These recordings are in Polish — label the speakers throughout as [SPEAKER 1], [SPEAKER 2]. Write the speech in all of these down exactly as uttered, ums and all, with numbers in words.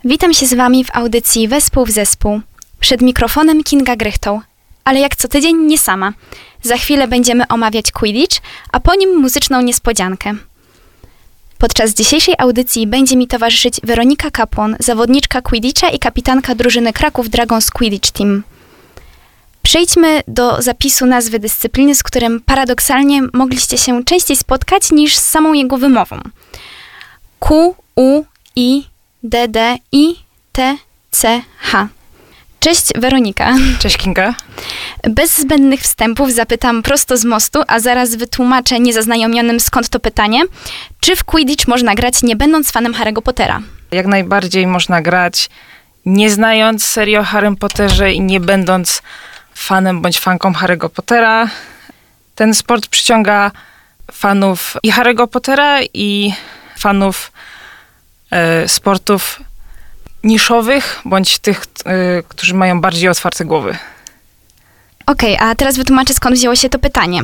[SPEAKER 1] Witam się z Wami w audycji Wespół w Zespół. Przed mikrofonem Kinga Grychtoł, ale jak co tydzień nie sama. Za chwilę będziemy omawiać Quidditch, a po nim muzyczną niespodziankę. Podczas dzisiejszej audycji będzie mi towarzyszyć Weronika Kapłon, zawodniczka Quidditcha i kapitanka drużyny Kraków Dragons Quidditch Team. Przejdźmy do zapisu nazwy dyscypliny, z którym paradoksalnie mogliście się częściej spotkać niż z samą jego wymową. Q, U, I, D, D, I, T, C, H. Cześć Weronika.
[SPEAKER 2] Cześć Kinga.
[SPEAKER 1] Bez zbędnych wstępów zapytam prosto z mostu, a zaraz wytłumaczę niezaznajomionym skąd to pytanie. Czy w Quidditch można grać nie będąc fanem Harry'ego Pottera?
[SPEAKER 2] Jak najbardziej można grać nie znając serii o Harrym Potterze i nie będąc fanem bądź fanką Harry'ego Pottera. Ten sport przyciąga fanów i Harry'ego Pottera i fanów e, sportów niszowych, bądź tych, y, którzy mają bardziej otwarte głowy.
[SPEAKER 1] Okej, okay, a teraz wytłumaczę, skąd wzięło się to pytanie.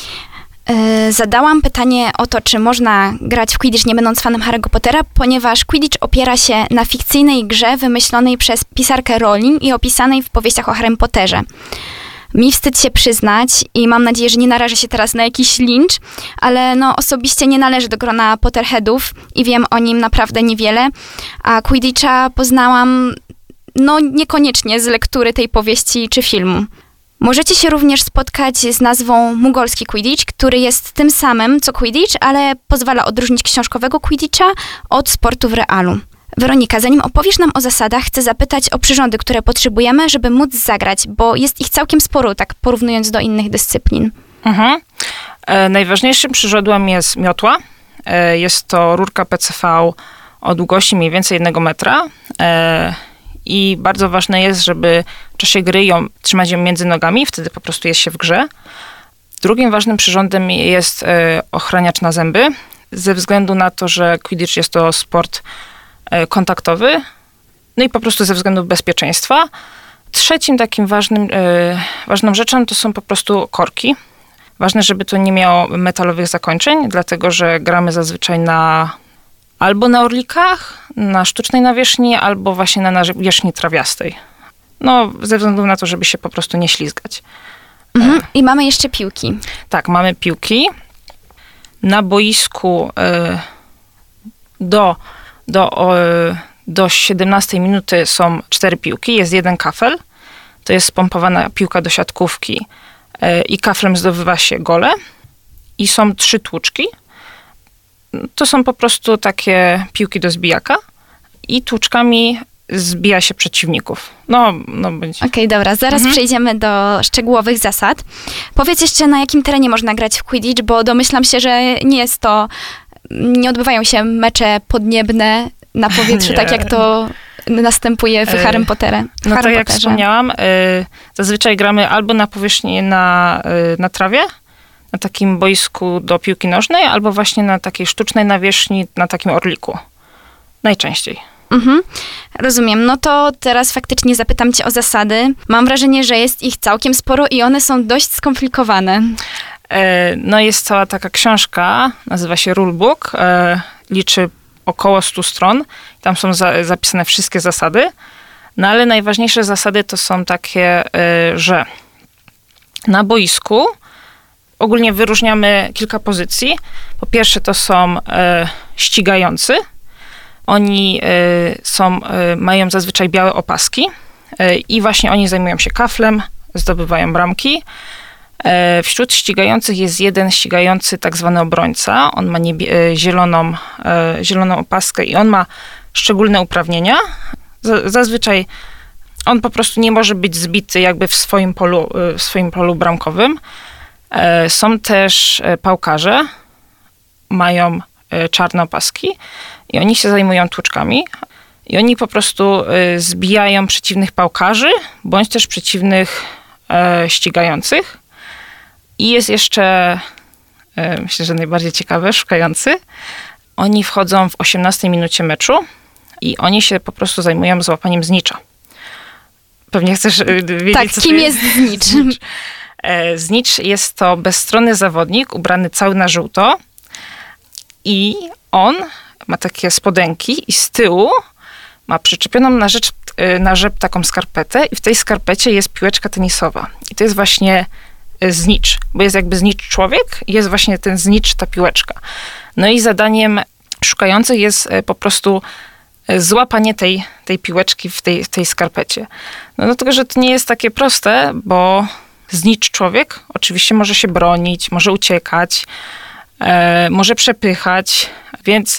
[SPEAKER 1] Yy, zadałam pytanie o to, czy można grać w Quidditch nie będąc fanem Harry'ego Pottera, ponieważ Quidditch opiera się na fikcyjnej grze wymyślonej przez pisarkę Rowling i opisanej w powieściach o Harrym Potterze. Mi wstyd się przyznać i mam nadzieję, że nie narażę się teraz na jakiś lincz, ale no osobiście nie należę do grona Potterheadów i wiem o nim naprawdę niewiele, a Quidditcha poznałam no niekoniecznie z lektury tej powieści czy filmu. Możecie się również spotkać z nazwą mugolski Quidditch, który jest tym samym co Quidditch, ale pozwala odróżnić książkowego Quidditcha od sportu w realu. Weronika, zanim opowiesz nam o zasadach, chcę zapytać o przyrządy, które potrzebujemy, żeby móc zagrać, bo jest ich całkiem sporo, tak porównując do innych dyscyplin.
[SPEAKER 2] Mhm. E, najważniejszym przyrządłem jest miotła. E, jest to rurka P C V o długości mniej więcej jednego metra. E, I bardzo ważne jest, żeby w czasie gry ją trzymać ją między nogami, wtedy po prostu jest się w grze. Drugim ważnym przyrządem jest e, ochraniacz na zęby, ze względu na to, że Quidditch jest to sport kontaktowy, no i po prostu ze względu bezpieczeństwa. Trzecim takim ważnym, yy, ważną rzeczą to są po prostu korki. Ważne, żeby to nie miało metalowych zakończeń, dlatego że gramy zazwyczaj na albo na orlikach, na sztucznej nawierzchni, albo właśnie na nawierzchni trawiastej. No, ze względu na to, żeby się po prostu nie ślizgać.
[SPEAKER 1] Mhm. I mamy jeszcze piłki.
[SPEAKER 2] Tak, mamy piłki. Na boisku yy, do Do, do siedemnastej minuty są cztery piłki, jest jeden kafel. To jest spompowana piłka do siatkówki i kaflem zdobywa się gole. I są trzy tłuczki. To są po prostu takie piłki do zbijaka. I tłuczkami zbija się przeciwników. No, no będzie.
[SPEAKER 1] Okej, okay, dobra, zaraz mhm. przejdziemy do szczegółowych zasad. Powiedz jeszcze, na jakim terenie można grać w Quidditch, bo domyślam się, że nie jest to... Nie odbywają się mecze podniebne na powietrzu, nie. tak jak to następuje w Harrym Potterze. W
[SPEAKER 2] no
[SPEAKER 1] Harrym
[SPEAKER 2] tak jak
[SPEAKER 1] Potterze.
[SPEAKER 2] wspomniałam, y, zazwyczaj gramy albo na powierzchni na, y, na trawie, na takim boisku do piłki nożnej, albo właśnie na takiej sztucznej nawierzchni, na takim orliku. Najczęściej.
[SPEAKER 1] Mhm, rozumiem. No to teraz faktycznie zapytam cię o zasady. Mam wrażenie, że jest ich całkiem sporo i one są dość skomplikowane.
[SPEAKER 2] No jest cała taka książka, nazywa się Rulebook, liczy około stu stron. Tam są za, zapisane wszystkie zasady. No ale najważniejsze zasady to są takie, że na boisku ogólnie wyróżniamy kilka pozycji. Po pierwsze to są ścigający. Oni są, mają zazwyczaj białe opaski i właśnie oni zajmują się kaflem, zdobywają bramki. Wśród ścigających jest jeden ścigający tak zwany obrońca. On ma niebie- zieloną, zieloną opaskę i on ma szczególne uprawnienia. Zazwyczaj on po prostu nie może być zbity jakby w swoim polu, w swoim polu bramkowym. Są też pałkarze, mają czarne opaski i oni się zajmują tłuczkami. I oni po prostu zbijają przeciwnych pałkarzy, bądź też przeciwnych ścigających. I jest jeszcze, myślę, że najbardziej ciekawe, szukający. Oni wchodzą w osiemnastej minucie meczu i oni się po prostu zajmują złapaniem znicza. Pewnie chcesz wiedzieć,
[SPEAKER 1] tak,
[SPEAKER 2] co
[SPEAKER 1] kim jest znicz?
[SPEAKER 2] znicz? Znicz jest to bezstronny zawodnik, ubrany cały na żółto i on ma takie spodenki i z tyłu ma przyczepioną na, rzecz, na rzep taką skarpetę i w tej skarpecie jest piłeczka tenisowa. I to jest właśnie znicz, bo jest jakby znicz człowiek i jest właśnie ten znicz, ta piłeczka. No i zadaniem szukających jest po prostu złapanie tej, tej piłeczki w tej, w tej skarpecie. No dlatego, że to nie jest takie proste, bo znicz człowiek oczywiście może się bronić, może uciekać, e, może przepychać, więc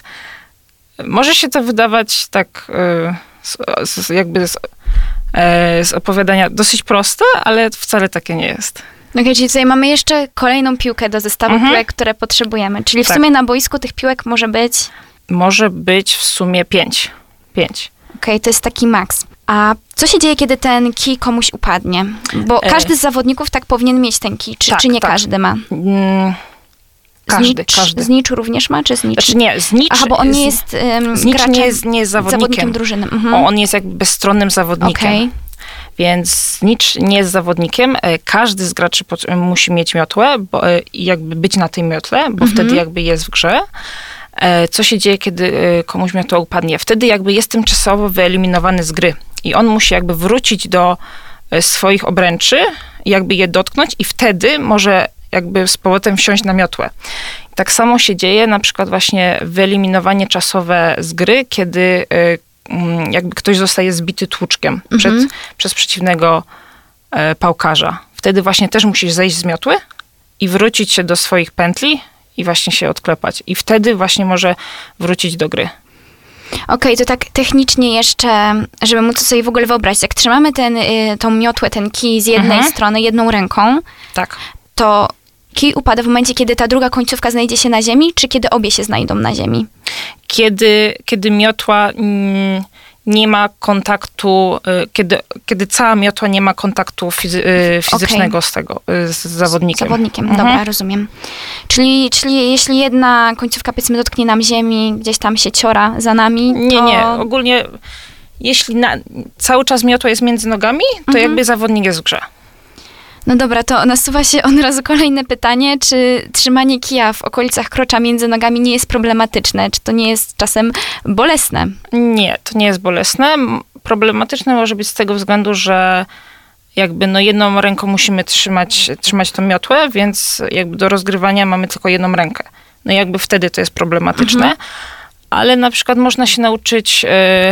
[SPEAKER 2] może się to wydawać tak e, z, z, jakby z, e, z opowiadania dosyć proste, ale wcale takie nie jest.
[SPEAKER 1] Okej, okay, czyli tutaj mamy jeszcze kolejną piłkę do zestawu mhm. piłek, które potrzebujemy. Czyli w tak. sumie na boisku tych piłek może być...
[SPEAKER 2] Może być w sumie pięć. Pięć.
[SPEAKER 1] Okej, okay, to jest taki maks. A co się dzieje, kiedy ten kij komuś upadnie? Bo e... każdy z zawodników tak powinien mieć ten kij, czy,
[SPEAKER 2] tak,
[SPEAKER 1] czy nie
[SPEAKER 2] tak.
[SPEAKER 1] każdy ma?
[SPEAKER 2] Mm, każdy,
[SPEAKER 1] znicz,
[SPEAKER 2] każdy.
[SPEAKER 1] Znicz również ma, czy znicz?
[SPEAKER 2] Znaczy nie, znicz...
[SPEAKER 1] Aha, bo on nie jest um,
[SPEAKER 2] znicz
[SPEAKER 1] graczem,
[SPEAKER 2] nie jest, nie jest zawodnikiem.
[SPEAKER 1] zawodnikiem drużyny. Mhm.
[SPEAKER 2] O, on jest jakby bezstronnym zawodnikiem. Okay. Więc znicz nie jest zawodnikiem. Każdy z graczy musi mieć miotłę bo, i jakby być na tej miotle, bo mhm. wtedy jakby jest w grze. Co się dzieje, kiedy komuś miotła upadnie? Wtedy jakby jest tymczasowo wyeliminowany z gry. I on musi jakby wrócić do swoich obręczy, jakby je dotknąć i wtedy może jakby z powrotem wsiąść na miotłę. I tak samo się dzieje na przykład właśnie wyeliminowanie czasowe z gry, kiedy jakby ktoś zostaje zbity tłuczkiem mhm. przed, przez przeciwnego pałkarza. Wtedy właśnie też musisz zejść z miotły i wrócić się do swoich pętli i właśnie się odklepać. I wtedy właśnie może wrócić do gry.
[SPEAKER 1] Okej, okay, to tak technicznie jeszcze, żeby móc sobie w ogóle wyobrazić, jak trzymamy ten, y, tą miotłę, ten kij z jednej mhm. strony, jedną ręką,
[SPEAKER 2] tak.
[SPEAKER 1] to kij upada w momencie, kiedy ta druga końcówka znajdzie się na ziemi, czy kiedy obie się znajdą na ziemi? Kiedy,
[SPEAKER 2] kiedy miotła mm, nie ma kontaktu, y, kiedy, kiedy cała miotła nie ma kontaktu fizy, y, fizycznego okay. z tego, y, z zawodnikiem.
[SPEAKER 1] Z zawodnikiem,
[SPEAKER 2] mhm.
[SPEAKER 1] dobra, rozumiem. Czyli, czyli jeśli jedna końcówka, powiedzmy, dotknie nam ziemi, gdzieś tam się ciora za nami, to...
[SPEAKER 2] Nie, nie, ogólnie jeśli na, cały czas miotła jest między nogami, to mhm. jakby zawodnik jest w grze.
[SPEAKER 1] No dobra, to nasuwa się od razu kolejne pytanie, czy trzymanie kija w okolicach krocza między nogami nie jest problematyczne? Czy to nie jest czasem bolesne?
[SPEAKER 2] Nie, to nie jest bolesne. Problematyczne może być z tego względu, że jakby no jedną ręką musimy trzymać, trzymać tą miotłę, więc jakby do rozgrywania mamy tylko jedną rękę. No i jakby wtedy to jest problematyczne. Mhm. Ale na przykład można się nauczyć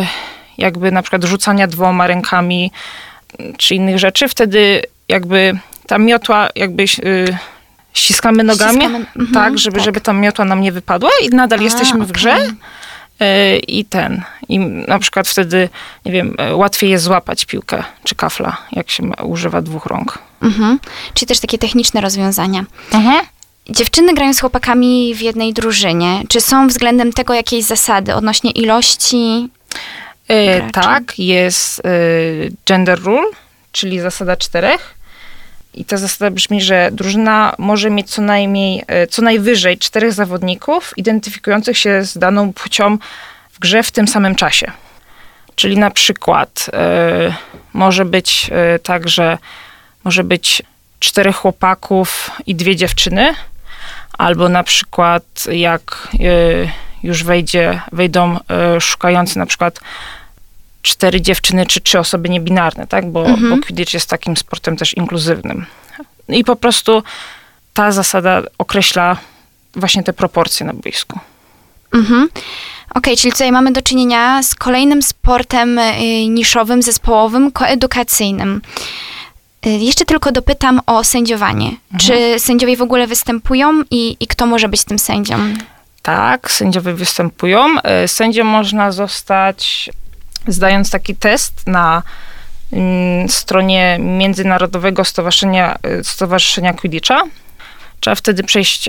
[SPEAKER 2] jakby na przykład rzucania dwoma rękami, czy innych rzeczy. Wtedy jakby ta miotła jakby yy, ściskamy nogami, ściskamy, mm-hmm, tak, żeby, tak, żeby ta miotła nam nie wypadła i nadal A, jesteśmy okay. w grze yy, i ten, i na przykład wtedy, nie wiem, łatwiej jest złapać piłkę czy kafla, jak się używa dwóch rąk.
[SPEAKER 1] Mhm. Czyli też takie techniczne rozwiązania.
[SPEAKER 2] Mhm.
[SPEAKER 1] Dziewczyny grają z chłopakami w jednej drużynie. Czy są względem tego jakieś zasady odnośnie ilości
[SPEAKER 2] yy, Tak, jest yy, gender rule, czyli zasada czterech. I ta zasada brzmi, że drużyna może mieć co najmniej, co najwyżej czterech zawodników identyfikujących się z daną płcią w grze w tym samym czasie. Czyli na przykład y, może być y, tak, że może być czterech chłopaków i dwie dziewczyny, albo na przykład jak y, już wejdzie, wejdą y, szukający na przykład cztery dziewczyny czy trzy osoby niebinarne, tak? Bo, mhm. bo Quidditch jest takim sportem też inkluzywnym. I po prostu ta zasada określa właśnie te proporcje na boisku.
[SPEAKER 1] Mhm. Okej, okay, czyli tutaj mamy do czynienia z kolejnym sportem y, niszowym, zespołowym, koedukacyjnym. Y, jeszcze tylko dopytam o sędziowanie. Mhm. Czy sędziowie w ogóle występują i, i kto może być tym sędzią?
[SPEAKER 2] Tak, sędziowie występują. Sędzią można zostać zdając taki test na mm, stronie Międzynarodowego Stowarzyszenia, Stowarzyszenia Quidditcha. Trzeba wtedy przejść,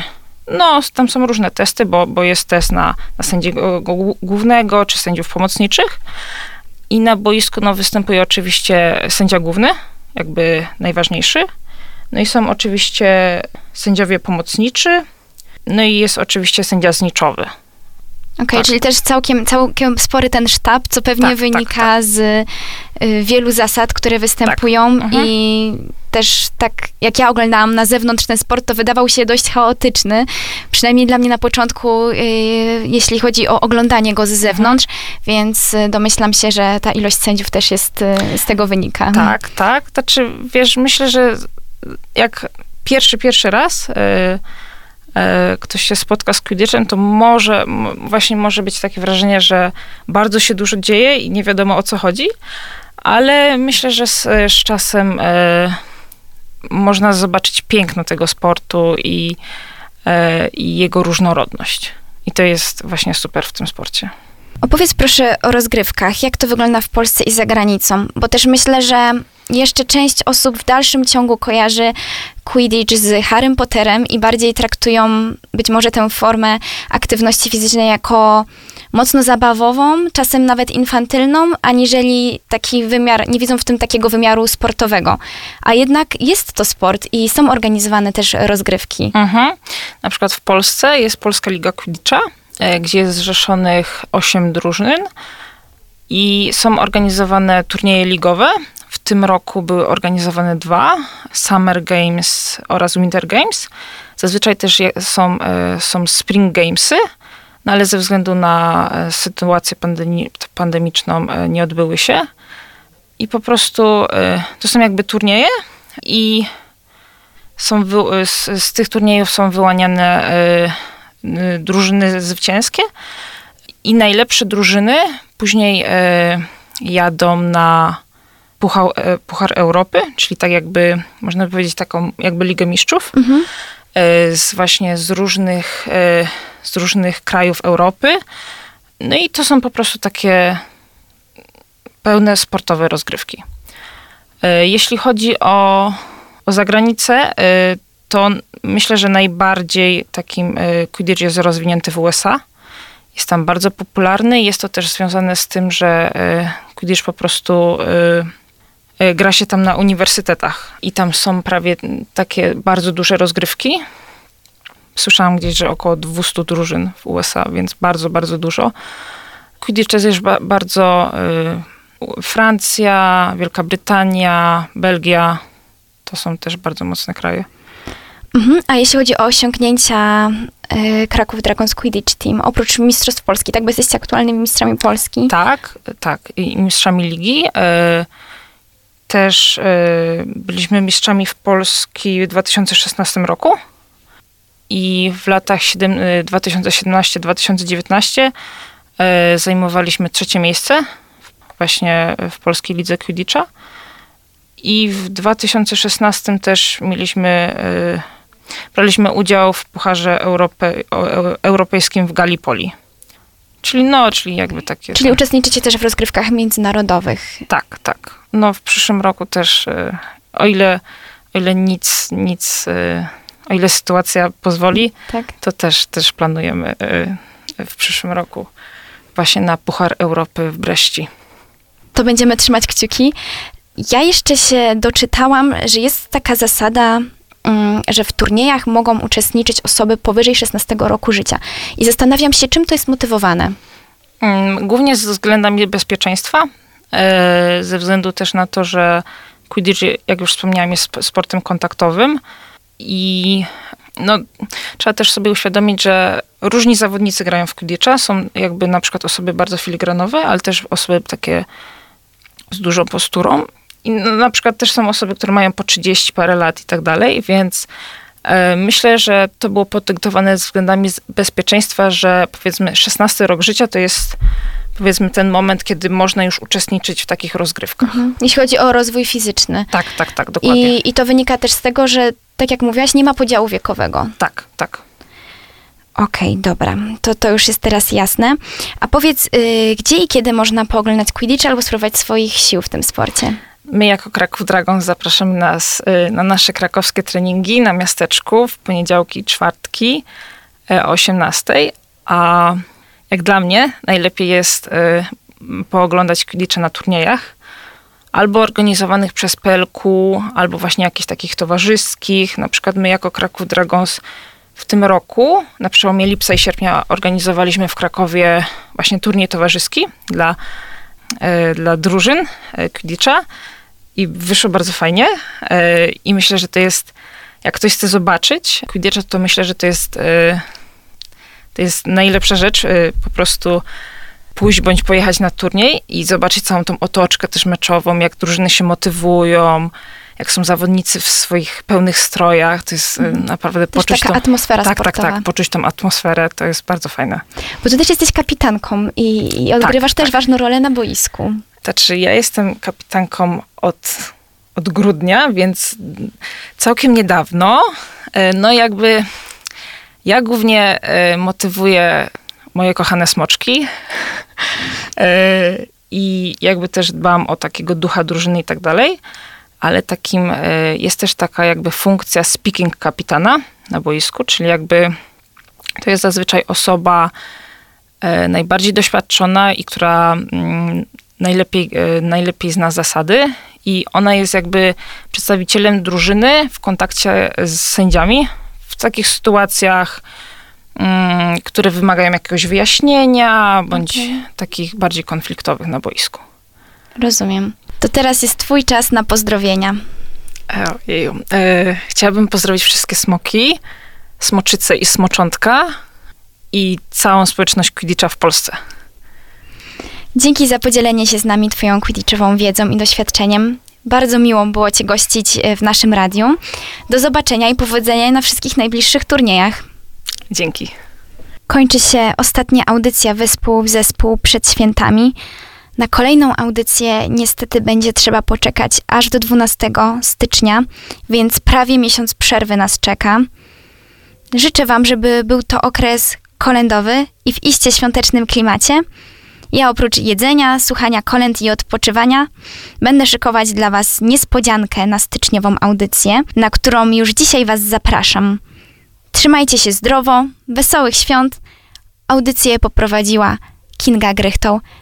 [SPEAKER 2] no tam są różne testy, bo, bo jest test na, na sędziego głównego, czy sędziów pomocniczych. I na boisku no, występuje oczywiście sędzia główny, jakby najważniejszy. No i są oczywiście sędziowie pomocniczy, no i jest oczywiście sędzia zniczowy.
[SPEAKER 1] Okej, okay, tak. Czyli też całkiem, całkiem spory ten sztab, co pewnie tak, wynika tak, tak. z y, wielu zasad, które występują
[SPEAKER 2] tak. mhm.
[SPEAKER 1] i też tak jak ja oglądałam na zewnątrz ten sport, to wydawał się dość chaotyczny, przynajmniej dla mnie na początku, y, jeśli chodzi o oglądanie go z zewnątrz, mhm. więc domyślam się, że ta ilość sędziów też jest, y, z tego wynika.
[SPEAKER 2] Tak, tak. Znaczy, wiesz, myślę, że jak pierwszy, pierwszy raz y, y, ktoś się spotka z Quidditchem, to może, m, właśnie może być takie wrażenie, że bardzo się dużo dzieje i nie wiadomo o co chodzi, ale myślę, że z, z czasem y, można zobaczyć piękno tego sportu i, y, i jego różnorodność. I to jest właśnie super w tym sporcie.
[SPEAKER 1] Opowiedz proszę o rozgrywkach. Jak to wygląda w Polsce i za granicą? Bo też myślę, że jeszcze część osób w dalszym ciągu kojarzy Quidditch z Harrym Potterem i bardziej traktują być może tę formę aktywności fizycznej jako mocno zabawową, czasem nawet infantylną, aniżeli taki wymiar, nie widzą w tym takiego wymiaru sportowego. A jednak jest to sport i są organizowane też rozgrywki.
[SPEAKER 2] Mhm. Na przykład w Polsce jest Polska Liga Quidditcha, gdzie jest zrzeszonych osiem drużyn i są organizowane turnieje ligowe. W tym roku były organizowane dwa, Summer Games oraz Winter Games. Zazwyczaj też je, są, są Spring Gamesy, no ale ze względu na sytuację pandemi- pandemiczną nie odbyły się. I po prostu to są jakby turnieje i są wy- z, z tych turniejów są wyłaniane drużyny zwycięskie i najlepsze drużyny później jadą na Puchar, Puchar Europy, czyli tak jakby, można powiedzieć, taką jakby Ligę Mistrzów, mhm. z właśnie z różnych, z różnych krajów Europy. No i to są po prostu takie pełne sportowe rozgrywki. Jeśli chodzi o, o zagranicę, to myślę, że najbardziej takim Quidditch jest rozwinięty w U S A. Jest tam bardzo popularny. Jest to też związane z tym, że Quidditch po prostu gra się tam na uniwersytetach i tam są prawie takie bardzo duże rozgrywki. Słyszałam gdzieś, że około dwieście drużyn w U S A, więc bardzo, bardzo dużo. Quidditch jest już ba- bardzo y, Francja, Wielka Brytania, Belgia. To są też bardzo mocne kraje.
[SPEAKER 1] Mhm. A jeśli chodzi o osiągnięcia y, Kraków Dragons Quidditch Team, oprócz Mistrzostw Polski, tak? Bo jesteście aktualnymi mistrzami Polski.
[SPEAKER 2] Tak, tak. I mistrzami ligi. Y, też y, byliśmy mistrzami w Polski w dwa tysiące szesnastym roku. I w latach siedem, dwa tysiące siedemnastym do dwa tysiące dziewiętnastego y, zajmowaliśmy trzecie miejsce właśnie w Polskiej Lidze Quidditcha. I w dwa tysiące szesnastym też mieliśmy, y, braliśmy udział w Pucharze Europy, o, Europejskim w Gallipoli. Czyli no, czyli jakby takie...
[SPEAKER 1] Czyli tak. Uczestniczycie też w rozgrywkach międzynarodowych.
[SPEAKER 2] Tak, tak. No w przyszłym roku też, y, o ile, o ile nic, nic, y, o ile sytuacja pozwoli, tak. to też, też planujemy y, w przyszłym roku właśnie na Puchar Europy w Breści.
[SPEAKER 1] To będziemy trzymać kciuki. Ja jeszcze się doczytałam, że jest taka zasada, że w turniejach mogą uczestniczyć osoby powyżej szesnastego roku życia. I zastanawiam się, czym to jest motywowane.
[SPEAKER 2] Głównie ze względami bezpieczeństwa, ze względu też na to, że Quidditch, jak już wspomniałam, jest sportem kontaktowym i no, trzeba też sobie uświadomić, że różni zawodnicy grają w Quidditcha. Są jakby na przykład osoby bardzo filigranowe, ale też osoby takie z dużą posturą. I no, na przykład też są osoby, które mają po trzydzieści parę lat i tak dalej, więc e, myślę, że to było podyktowane względami bezpieczeństwa, że powiedzmy szesnasty rok życia to jest powiedzmy ten moment, kiedy można już uczestniczyć w takich rozgrywkach. Mhm.
[SPEAKER 1] Jeśli chodzi o rozwój fizyczny.
[SPEAKER 2] Tak, tak, tak, dokładnie.
[SPEAKER 1] I, I to wynika też z tego, że tak jak mówiłaś, nie ma podziału wiekowego.
[SPEAKER 2] Tak, tak.
[SPEAKER 1] Okej, okay, dobra. To, to już jest teraz jasne. A powiedz, yy, gdzie i kiedy można pooglądać Quidditch albo spróbować swoich sił w tym sporcie?
[SPEAKER 2] My jako Kraków Dragons zapraszamy nas y, na nasze krakowskie treningi na miasteczku w poniedziałki i czwartki y, o osiemnastej. A jak dla mnie najlepiej jest y, pooglądać Quidditcha na turniejach albo organizowanych przez P L Q, albo właśnie jakichś takich towarzyskich. Na przykład my jako Kraków Dragons w tym roku, na przełomie lipca i sierpnia, organizowaliśmy w Krakowie właśnie turniej towarzyski dla, e, dla drużyn e, Quidditcha i wyszło bardzo fajnie. E, I myślę, że to jest, jak ktoś chce zobaczyć Quidditcha, to myślę, że to jest, e, to jest najlepsza rzecz. E, po prostu pójść bądź pojechać na turniej i zobaczyć całą tą otoczkę też meczową, jak drużyny się motywują, jak są zawodnicy w swoich pełnych strojach. To jest mm. naprawdę
[SPEAKER 1] też
[SPEAKER 2] poczuć
[SPEAKER 1] taka
[SPEAKER 2] tą,
[SPEAKER 1] atmosfera
[SPEAKER 2] tak,
[SPEAKER 1] sportowa.
[SPEAKER 2] tak, tak, poczuć tą atmosferę, to jest bardzo fajne.
[SPEAKER 1] Bo ty też jesteś kapitanką i, i odgrywasz
[SPEAKER 2] tak,
[SPEAKER 1] też
[SPEAKER 2] tak.
[SPEAKER 1] ważną rolę na boisku.
[SPEAKER 2] Znaczy, ja jestem kapitanką od, od grudnia, więc całkiem niedawno. No jakby ja głównie motywuję moje kochane smoczki i jakby też dbam o takiego ducha drużyny i tak dalej, ale takim jest też taka jakby funkcja speaking kapitana na boisku, czyli jakby to jest zazwyczaj osoba najbardziej doświadczona i która najlepiej, najlepiej zna zasady i ona jest jakby przedstawicielem drużyny w kontakcie z sędziami w takich sytuacjach, mm, które wymagają jakiegoś wyjaśnienia, bądź okay. takich bardziej konfliktowych na boisku.
[SPEAKER 1] Rozumiem. To teraz jest twój czas na pozdrowienia.
[SPEAKER 2] Ojeju. E, chciałabym pozdrowić wszystkie smoki, smoczyce i smoczątka i całą społeczność Quidditcha w Polsce.
[SPEAKER 1] Dzięki za podzielenie się z nami twoją quidditchową wiedzą i doświadczeniem. Bardzo miło było cię gościć w naszym radiu. Do zobaczenia i powodzenia na wszystkich najbliższych turniejach.
[SPEAKER 2] Dzięki.
[SPEAKER 1] Kończy się ostatnia audycja Wyspół w zespół przed świętami. Na kolejną audycję niestety będzie trzeba poczekać aż do dwunastego stycznia, więc prawie miesiąc przerwy nas czeka. Życzę wam, żeby był to okres kolędowy i w iście świątecznym klimacie. Ja oprócz jedzenia, słuchania kolęd i odpoczywania będę szykować dla was niespodziankę na styczniową audycję, na którą już dzisiaj was zapraszam. Trzymajcie się zdrowo, wesołych świąt. Audycję poprowadziła Kinga Grychtoł.